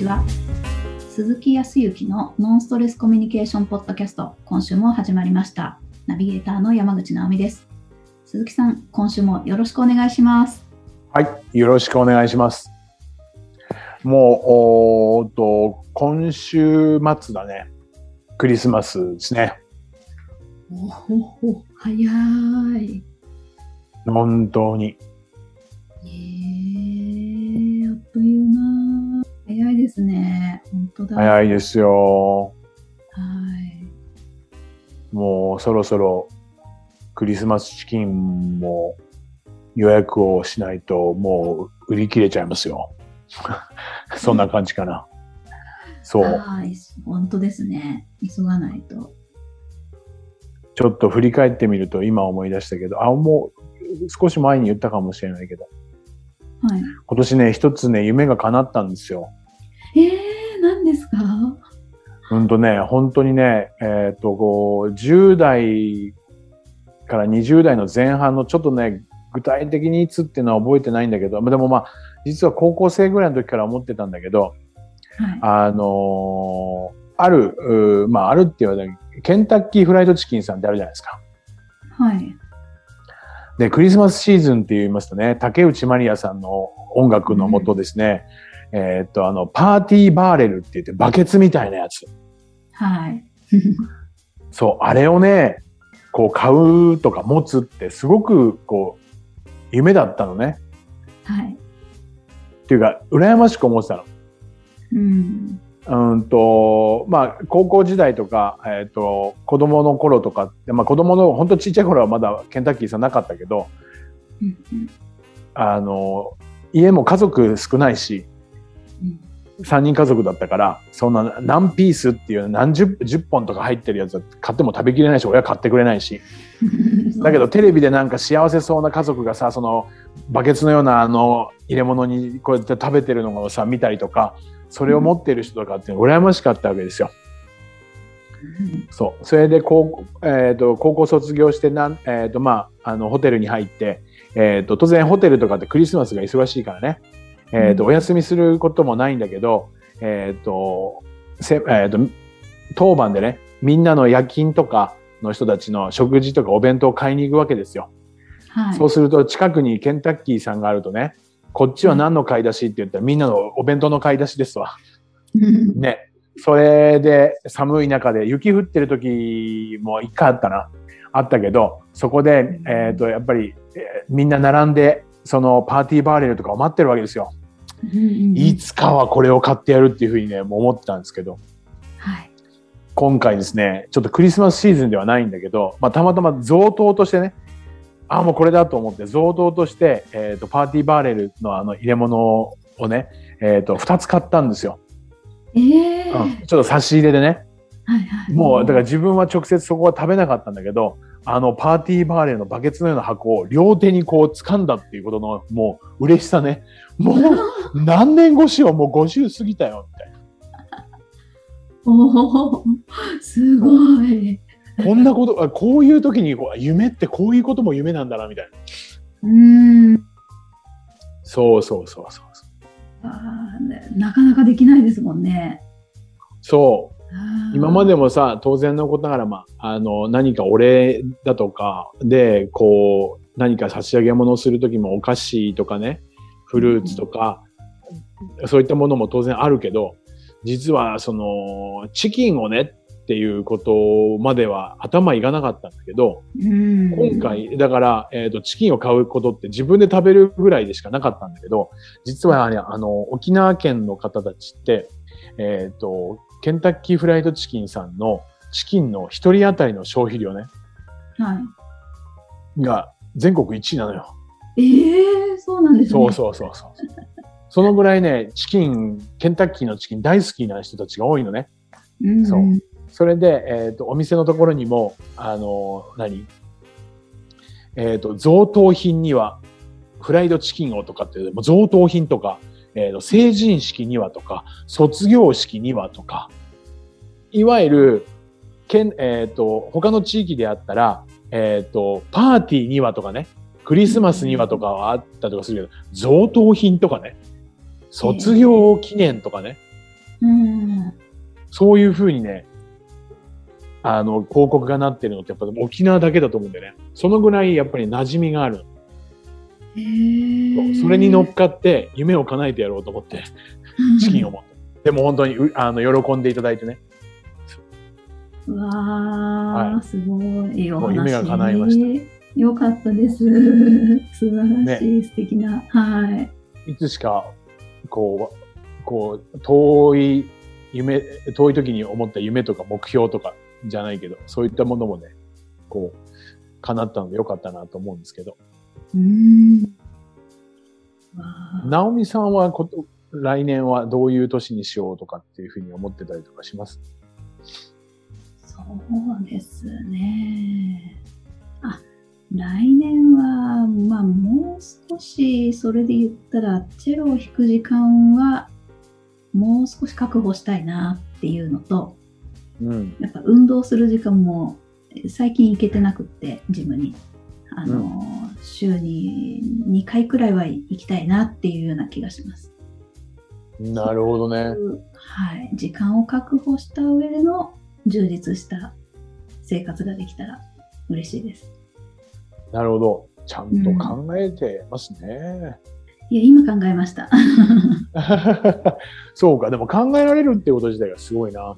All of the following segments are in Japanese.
は。鈴木康之のノンストレスコミュニケーションポッドキャスト、今週も始まりました。ナビゲーターの山口直美です。鈴木さん、今週もよろしくお願いします。 はい、よろしくお願いします。もう今週末だね。クリスマスですね。 早い。 本当に。 あっという間。早いですね。本当だ。 早いですよ。 はい。 もうそろそろクリスマスチキンも予約をしないともう売り切れちゃいますよ。そんな感じかな。そう。 本当ですね。急がないと。 ちょっと振り返ってみると今思い出したけど、もう少し前に言ったかもしれないけど、 はい、 今年ね、一つね、夢が叶ったんですよ。 何ですか？ 本当にね、10代から20代の前半のちょっとね、具体的にいつっていうのは覚えてないんだけど、でも実は高校生ぐらいの時から思ってたんだけど、 はい、 あるっていうのは、ケンタッキーフライドチキンさんってあるじゃないですか。 はい。 で、クリスマスシーズンって言いますとね、竹内まりやさんの音楽のもとですね、パーティーバーレルって言ってバケツみたいなやつ。 はい。 そう、あれをね、こう買うとか持つってすごくこう、夢だったのね。 はい。 っていうか、羨ましく思ってたの。高校時代とか、子供の頃とか、子供の本当ちっちゃい頃はまだケンタッキーさんなかったけど、家も家族少ないし、3人家族だったから、そんな何ピースっていう10本とか入ってるやつは買っても食べきれないし、親買ってくれないし。だけどテレビでなんか幸せそうな家族がさ、そのバケツのような入れ物にこうやって食べてるのをさ、見たりとか、それを持っている人とかって羨ましかったわけですよ。そう。それで高校卒業してホテルに入って、当然ホテルとかってクリスマスが忙しいからね、お休みすることもないんだけど、当番でね、みんなの夜勤とかの人たちの食事とかお弁当を買いに行くわけですよ。 はい、 そうすると近くにケンタッキーさんがあるとね、こっちは何の買い出しって言ったらみんなのお弁当の買い出しですわ。ね。それで寒い中で雪降ってる時も一回あったけど、そこで、やっぱり、みんな並んでそのパーティーバーレルとかを待ってるわけですよ。いつかはこれを買ってやるっていうふうにね、もう思ってたんですけど、 はい、 今回ですね、ちょっとクリスマスシーズンではないんだけど、たまたま贈答としてね、もうこれだと思って贈答として、パーティーバーレルの入れ物をね、2つ買ったんですよ。ちょっと差し入れでね。 はいはい、 もうだから自分は直接そこは食べなかったんだけど、パーティーバーレルのバケツのような箱を両手にこう掴んだっていうことのもう嬉しさね。もう何年越しよ、もう50過ぎたよみたいな。 おー、すごい。 こんなこと、こういう時に夢ってこういうことも夢なんだなみたいな。そう。 なかなかできないですもんね。 そう。今までもさ、当然のことながら、何かお礼だとかで、こう、何か差し上げ物をするときもお菓子とかね、フルーツとか、そういったものも当然あるけど、実はその、チキンをねっていうことまでは頭いかなかったんだけど、今回、だから、チキンを買うことって自分で食べるぐらいでしかなかったんだけど、実はね、沖縄県の方たちって、ケンタッキーフライドチキンさんのチキンの一人当たりの消費量ね、が全国1位なのよ。 そうなんですね。 そう。そのぐらいね、ケンタッキーのチキン大好きな人たちが多いのね。そう。それで、お店のところにも、贈答品には、フライドチキンをとかって、贈答品とか、成人式にはとか、卒業式にはとか、いわゆる、他の地域であったら、パーティーにはとかね、クリスマスにはとかはあったとかするけど、贈答品とかね、卒業記念とかね、 そういうふうにね、広告がなってるのってやっぱり沖縄だけだと思うんだよね。そのぐらいやっぱり馴染みがある。それに乗っかって夢を叶えてやろうと思って資金を持って。でも本当に喜んでいただいてね。 うわー、はい、すごい。いいお話。 夢が叶いました。 よかったです。素晴らしい、ね、素敵な。はい。 いつしか、遠い時に思った夢とか目標とかじゃないけど、そういったものもね、叶ったのでよかったなと思うんですけど。直美さんは来年はどういう年にしようとかっていうふうに思ってたりとかします？ そうですね。来年は、もう少し、それで言ったら、チェロを弾く時間は、もう少し確保したいなっていうのと、やっぱ運動する時間も、最近行けてなくって、ジムに。週に2回くらいは行きたいなっていうような気がします。 なるほどね。 はい。時間を確保した上での充実した生活ができたら嬉しいです。 なるほど。ちゃんと考えてますね。 いや、今考えました。 そうか。でも考えられるってこと自体がすごいな。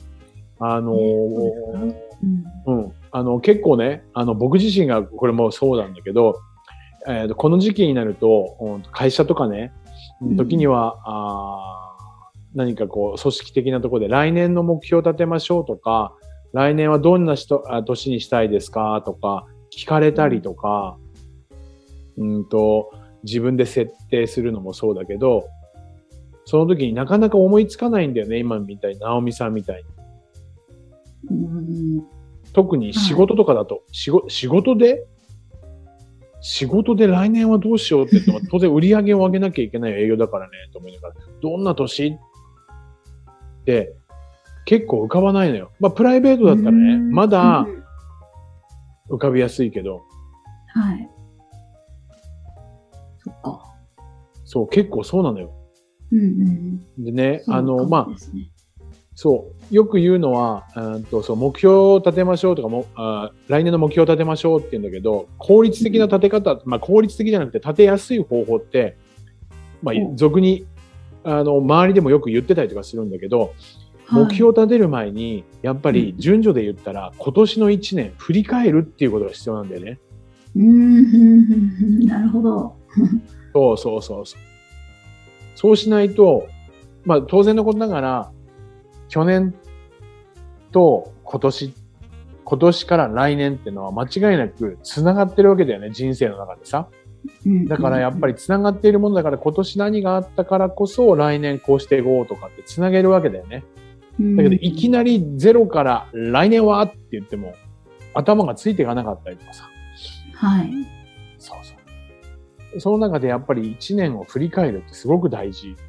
結構ね、僕自身がこれもそうなんだけど、この時期になると、会社とかね、時には、何か組織的なところで来年の目標を立てましょうとか、来年はどんな年にしたいですかとか、聞かれたりとか、自分で設定するのもそうだけど、その時になかなか思いつかないんだよね、今みたいに、直美さんみたいに。特に仕事とかだと、仕事で来年はどうしようって言っても、当然売り上げを上げなきゃいけない営業だからね、と思いながら、どんな年って結構浮かばないのよ。プライベートだったらね、まだ浮かびやすいけど。 はい。そっか。 そう、結構そうなのよ。でね、そう、よく言うのは、目標を立てましょうとか来年の目標を立てましょうって言うんだけど、効率的な立て方、効率的じゃなくて立てやすい方法って、俗に、周りでもよく言ってたりとかするんだけど、目標を立てる前に、やっぱり順序で言ったら、今年の1年振り返るっていうことが必要なんだよね。 なるほど。 そう。そうしないと、当然のことながら、去年と今年から来年っていうのは間違いなく繋がってるわけだよね、人生の中でさ。だからやっぱり繋がっているものだから、今年何があったからこそ来年こうしていこうとかって繋げるわけだよね。だけどいきなりゼロから来年はって言っても頭がついていかなかったりとかさ。 はい。 そう。その中でやっぱり1年を振り返るってすごく大事。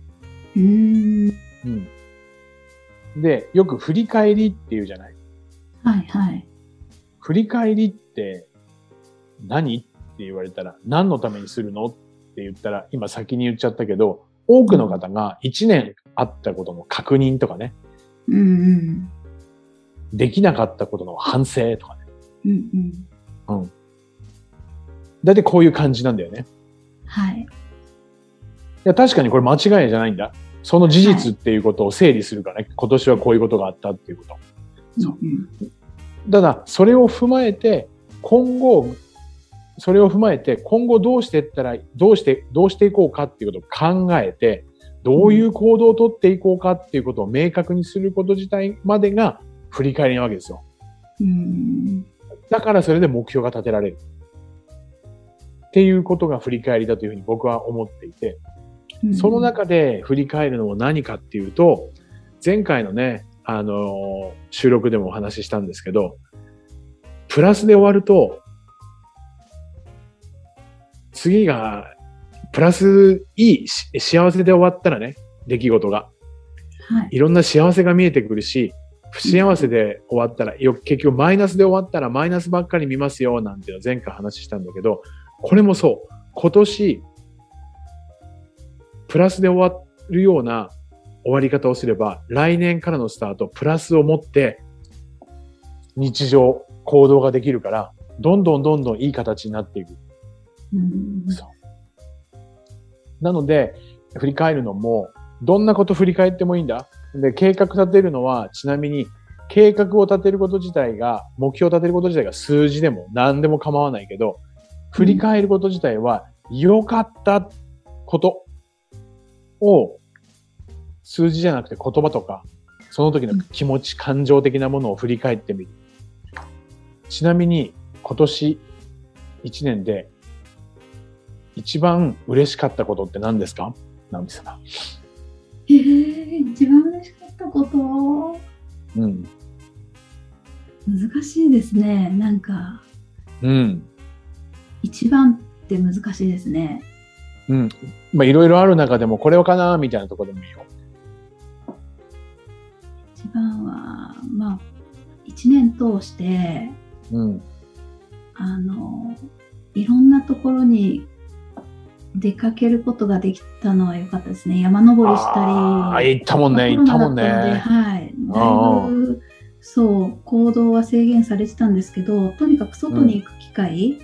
で、よく振り返りって言うじゃない。 はいはい。 振り返りって何って言われたら、何のためにするのって言ったら、今先に言っちゃったけど、多くの方が1年あったことの確認とかね。できなかったことの反省とかね。だいたいこういう感じなんだよね。 はい。 いや、確かにこれ間違いじゃないんだ。その事実っていうことを整理するからね、今年はこういうことがあったっていうこと。そう。ただ、それを踏まえて、今後どうしていったら、どうしていこうかっていうことを考えて、どういう行動をとっていこうかっていうことを明確にすること自体までが振り返りなわけですよ。だからそれで目標が立てられる。っていうことが振り返りだというふうに僕は思っていて、その中で振り返るのも何かっていうと、前回のね、収録でもお話ししたんですけど、プラスで終わると、次が、プラスいい幸せで終わったらね、出来事が。いろんな幸せが見えてくるし、不幸せで終わったら、結局マイナスで終わったらマイナスばっかり見ますよ、なんていうのを前回話したんだけど、これもそう。今年、プラスで終わるような終わり方をすれば、来年からのスタート、プラスを持って日常、行動ができるから、どんどんいい形になっていく。そうなので、振り返るのも、どんなこと振り返ってもいいんだ。で、計画立てるのは、ちなみに、計画を立てること自体が、目標を立てること自体が数字でも何でも構わないけど、振り返ること自体は、良かったことを、数字じゃなくて言葉とか、その時の気持ち、感情的なものを振り返ってみる。ちなみに、今年1年で、一番嬉しかったことって何ですか？直美さん。 一番嬉しかったこと？難しいですね。なんか、一番って難しいですね。 まあいろいろある中でもこれをかなみたいなところでもいいよ。 一番は、まあ、一年通して、いろんなところに出かけることができたのは良かったですね。山登りしたり。 行ったもんね、行ったもんね。 はい。だいぶ、そう、行動は制限されてたんですけど、とにかく外に行く機会、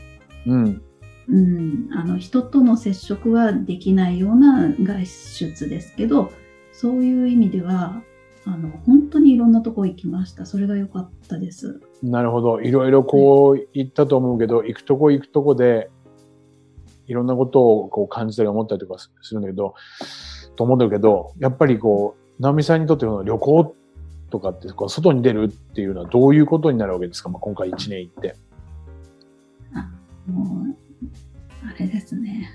人との接触はできないような外出ですけど、そういう意味では、本当にいろんなとこ行きました。それが良かったです。 なるほど。いろいろこう行ったと思うけど、行くとこで、いろんなことをこう感じたり思ったりとかするんだけど、と思うんだけど、やっぱりこう、直美さんにとっての旅行とかって、こう外に出るっていうのはどういうことになるわけですか？今回1年行って。 もう、あれですね。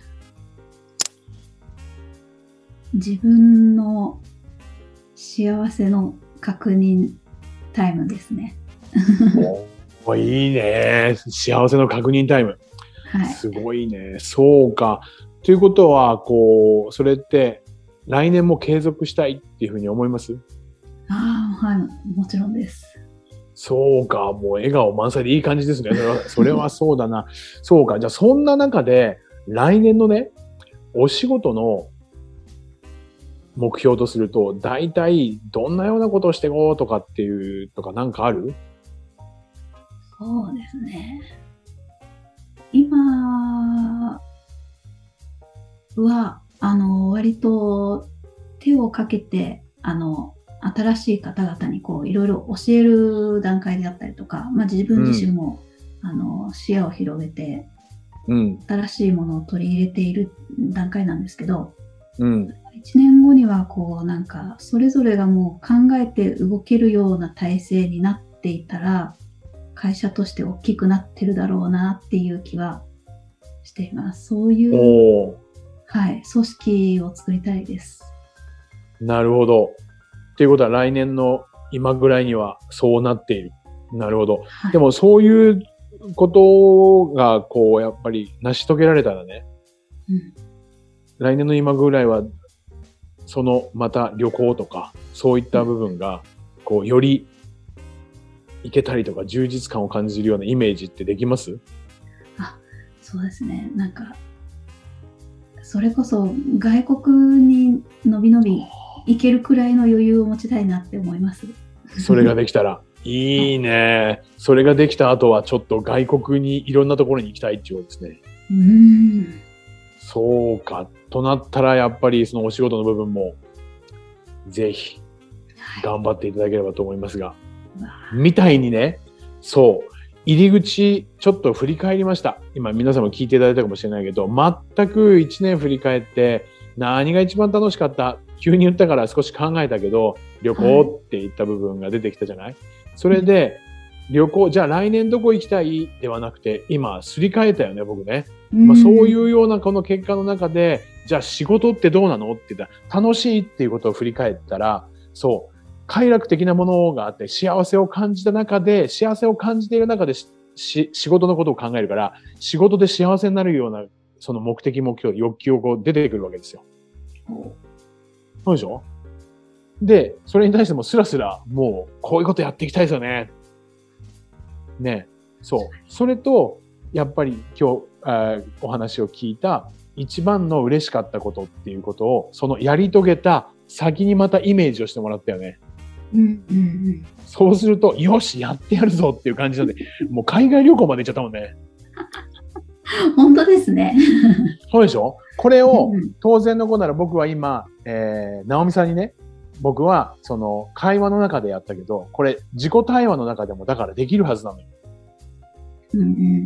自分の幸せの確認タイムですね。 いいね。幸せの確認タイム。 はい、 すごいね。そうか。ということは、こう、それって来年も継続したいっていうふうに思います？ はい、もちろんです。 そうか。もう笑顔満載でいい感じですね。それはそうだな。そうか。じゃあそんな中で、来年のね、お仕事の目標とすると、大体どんなようなことをしていこうとかっていうとかなんかある？ そうですね。今は、割と手をかけて、新しい方々にこう、いろいろ教える段階であったりとか、自分自身も、視野を広げて、新しいものを取り入れている段階なんですけど、1年後にはこうなんかそれぞれがもう考えて動けるような体制になっていたら会社として大きくなってるだろうなっていう気はしています。そういう、組織を作りたいです。 なるほど。ということは来年の今ぐらいにはそうなっている。なるほど。でもそういうことがこうやっぱり成し遂げられたらね、来年の今ぐらいはそのまた旅行とかそういった部分がこうより行けたりとか充実感を感じるようなイメージってできます？ そうですね。なんかそれこそ外国にのびのび行けるくらいの余裕を持ちたいなって思います。 それができたらいいね。それができた後はちょっと外国にいろんなところに行きたいっていうことですね。そうか。となったらやっぱりそのお仕事の部分もぜひ頑張っていただければと思いますが、みたいにね、そう入り口ちょっと振り返りました。今皆さんも聞いていただいたかもしれないけど、全く1年振り返って何が一番楽しかった？急に言ったから少し考えたけど、旅行って言った部分が出てきたじゃない？それで旅行、じゃあ来年どこ行きたいではなくて、今すり替えたよね、僕ね。そういうようなこの結果の中で、じゃあ仕事ってどうなのって言ったら、楽しいっていうことを振り返ったら、そう、快楽的なものがあって幸せを感じた中で、幸せを感じている中で仕事のことを考えるから、仕事で幸せになるようなその目的、目標、欲求をこう出てくるわけですよ。そうでしょ？で、それに対してもスラスラ、もう、こういうことやっていきたいですよね。ね。そう。それと、やっぱり今日、お話を聞いた、一番の嬉しかったことっていうことを、そのやり遂げた先にまたイメージをしてもらったよね。 うんうんうん。 そうすると、よし、やってやるぞっていう感じなんで、もう海外旅行まで行っちゃったもんね。 本当ですね。 そうでしょ？これをうんうん当然のことなら僕は今、直美さんにね、僕はその会話の中でやったけど、これ自己対話の中でもだからできるはずなのよ。 うんうん。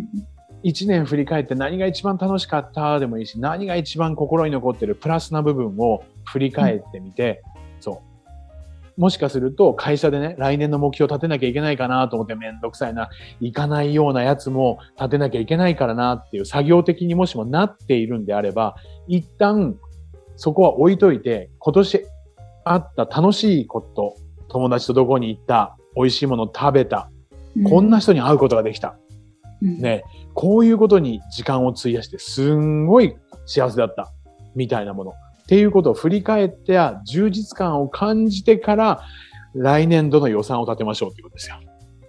一年振り返って何が一番楽しかったでもいいし、何が一番心に残ってるプラスな部分を振り返ってみて、そう。もしかすると会社でね、来年の目標を立てなきゃいけないかなと思ってめんどくさいな、行かないようなやつも立てなきゃいけないからなっていう作業的にもしもなっているんであれば、一旦そこは置いといて、今年あった楽しいこと、友達とどこに行った、美味しいもの食べた、こんな人に会うことができた。ね、こういうことに時間を費やしてすんごい幸せだったみたいなものっていうことを振り返ってや充実感を感じてから来年度の予算を立てましょうっていうことですよ。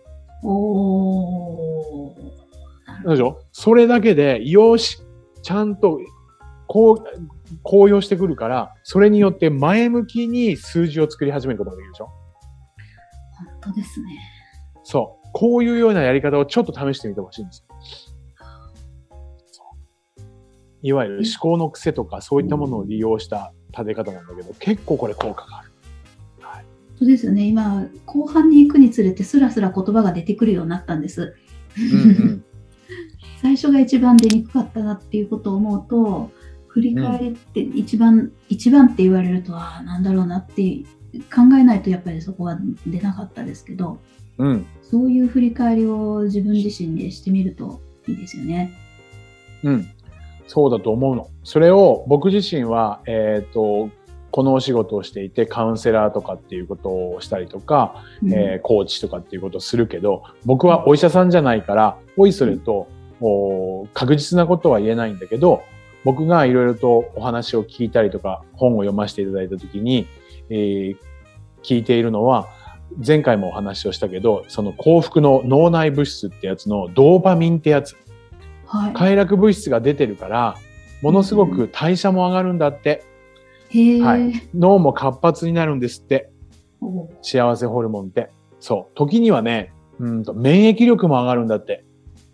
おー。 なんでしょ？それだけでよし、ちゃんと高揚してくるから、それによって前向きに数字を作り始めることができるでしょ？ 本当ですね。 そう。こういうようなやり方をちょっと試してみてほしいんですよ。いわゆる思考の癖とかそういったものを利用した立て方なんだけど、結構これ効果がある。はい、 そうですよね。今、後半に行くにつれてスラスラ言葉が出てくるようになったんです。 うんうん、 最初が一番出にくかったなっていうことを思うと、振り返りって一番って言われるとはなんだろうなって考えないとやっぱりそこは出なかったですけど、 うん、 そういう振り返りを自分自身でしてみるといいですよね。 うん。そうだと思うの。それを僕自身は、このお仕事をしていてカウンセラーとかっていうことをしたりとか、コーチとかっていうことをするけど、僕はお医者さんじゃないから、おいそれと確実なことは言えないんだけど、僕がいろいろとお話を聞いたりとか本を読ませていただいたときに、聞いているのは、前回もお話をしたけど、その幸福の脳内物質ってやつのドーパミンってやつ。 はい、 快楽物質が出てるから、ものすごく代謝も上がるんだって。 はい、 脳も活発になるんですって。幸せホルモンって。そう。時にはね、免疫力も上がるんだって。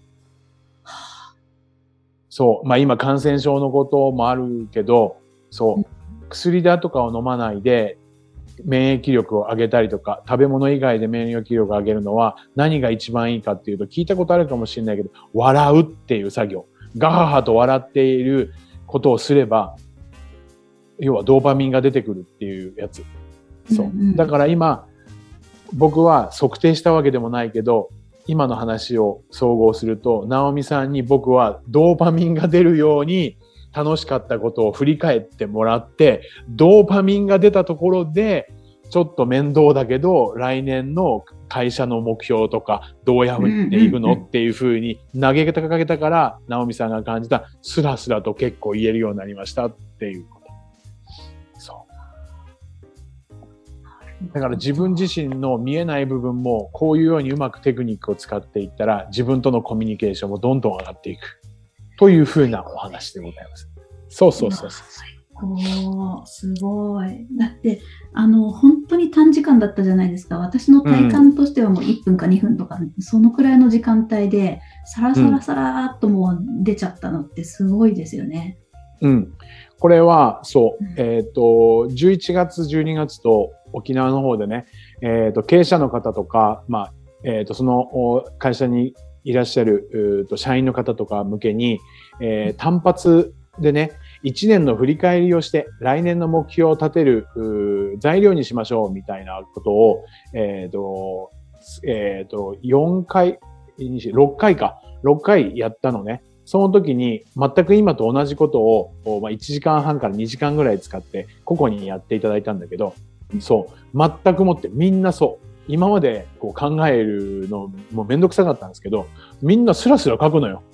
そう。まあ今感染症のこともあるけど、そう。薬だとかを飲まないで、免疫力を上げたりとか、食べ物以外で免疫力を上げるのは何が一番いいかっていうと、聞いたことあるかもしれないけど、笑うっていう作業。ガハハと笑っていることをすれば、要はドーパミンが出てくるっていうやつ。そう。だから今、僕は測定したわけでもないけど、今の話を総合すると、直美さんに僕はドーパミンが出るように楽しかったことを振り返ってもらって、ドーパミンが出たところで、ちょっと面倒だけど、来年の会社の目標とか、どうやっていくのっていうふうに投げかけたから、直美さんが感じた、スラスラと結構言えるようになりましたっていうこと。そう。だから自分自身の見えない部分も、こういうようにうまくテクニックを使っていったら、自分とのコミュニケーションもどんどん上がっていく。というふうなお話でございます。そうそうそうそう。 すごい。だって、本当に短時間だったじゃないですか。私の体感としてはもう1分か2分とか、そのくらいの時間帯で、さらさらさらっともう出ちゃったのってすごいですよね。 うん。これは、そう、11月、12月と沖縄の方でね、経営者の方とか、まあ、その会社にいらっしゃる、社員の方とか向けに、単発でね、1年の振り返りをして、来年の目標を立てる材料にしましょうみたいなことを、4回、6回か、6回やったのね。その時に全く今と同じことを、1時間半から2時間ぐらい使って個々にやっていただいたんだけど、そう、全くもってみんなそう。今までこう考えるのもうめんどくさかったんですけど、みんなスラスラ書くのよ。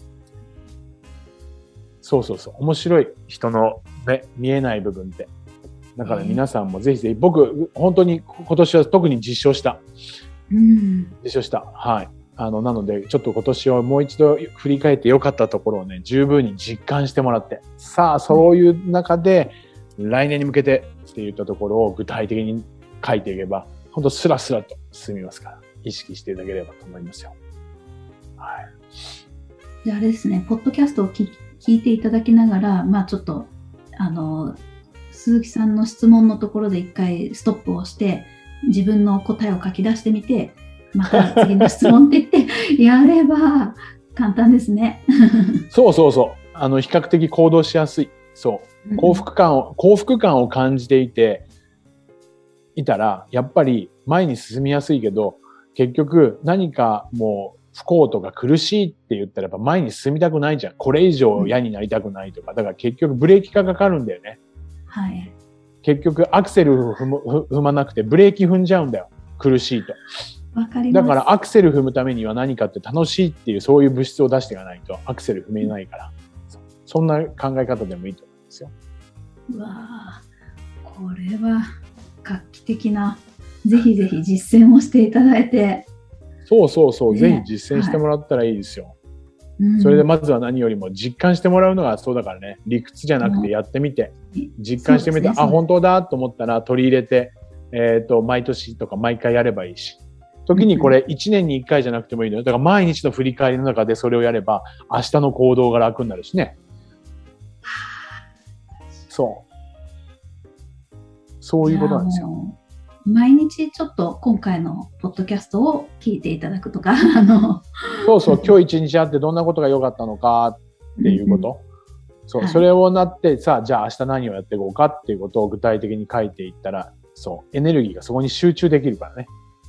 そうそうそう。面白い人の目、見えない部分って。だから皆さんもぜひぜひ、僕、本当に今年は特に実証した。実証した。はい。なので、ちょっと今年をもう一度振り返って良かったところをね、十分に実感してもらって。さあ、そういう中で、来年に向けてって言ったところを具体的に書いていけば、ほんとスラスラと進みますから、意識していただければと思いますよ。はい。 じゃああれですね、ポッドキャストを聞いていただきながら、ちょっと、鈴木さんの質問のところで一回ストップをして、自分の答えを書き出してみて、また次の質問って言ってやれば簡単ですね。 そう。比較的行動しやすい。そう。幸福感を感じていたら、やっぱり前に進みやすいけど、結局何かもう不幸とか苦しいって言ったらやっぱ前に進みたくないじゃん。これ以上嫌になりたくないとか。だから結局ブレーキがかかるんだよね。 はい。 結局アクセルを踏まなくてブレーキ踏んじゃうんだよ。苦しいと。 わかります。 だからアクセル踏むためには何かって楽しいっていうそういう物質を出していかないとアクセル踏めないから。そんな考え方でもいいと思うんですよ。 うわぁ、これは画期的な、ぜひぜひ実践をしていただいて。 そう、ね、ぜひ実践してもらったらいいですよ。はい、それでまずは何よりも実感してもらうのがそうだからね。理屈じゃなくてやってみて、実感してみて、本当だと思ったら取り入れて、毎年とか毎回やればいいし。時にこれ1年に1回じゃなくてもいいのよ。だから毎日の振り返りの中でそれをやれば明日の行動が楽になるしね。そういうことなんですよ。 毎日ちょっと今回のポッドキャストを聞いていただくとか、 そう、今日一日あってどんなことが良かったのかっていうこと。それをなってさ、じゃあ明日何をやっていこうかっていうことを具体的に書いていったら、エネルギーがそこに集中できるからね。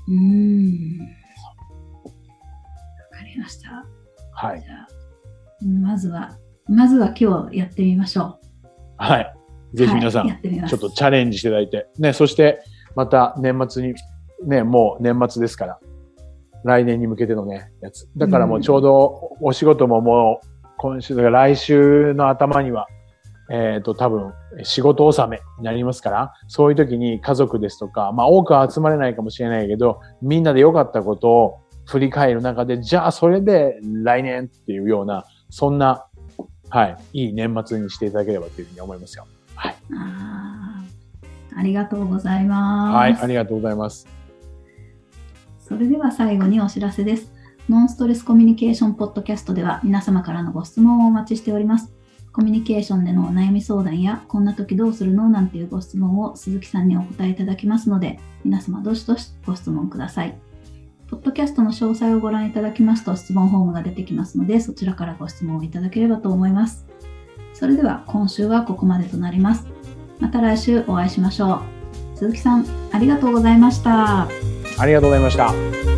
わかりました。 はい。 じゃあまずは今日やってみましょう。 はい。ぜひ皆さん、ちょっとチャレンジしていただいて。ね、そして、また年末に、ね、もう年末ですから、来年に向けてのね、やつ。だからもうちょうどお仕事ももう、今週、だから来週の頭には、多分、仕事納めになりますから、そういう時に家族ですとか、多くは集まれないかもしれないけど、みんなで良かったことを振り返る中で、じゃあそれで来年っていうような、そんな、はい、いい年末にしていただければというふうに思いますよ。はい。 ありがとうございます。 はい、ありがとうございます。 それでは最後にお知らせです。ノンストレスコミュニケーションポッドキャストでは皆様からのご質問をお待ちしております。コミュニケーションでのお悩み相談や、こんな時どうするのなんていうご質問を鈴木さんにお答えいただきますので、皆様どしどしご質問ください。ポッドキャストの詳細をご覧いただきますと質問フォームが出てきますので、そちらからご質問をいただければと思います。それでは今週はここまでとなります。また来週お会いしましょう。鈴木さん、ありがとうございました。 ありがとうございました。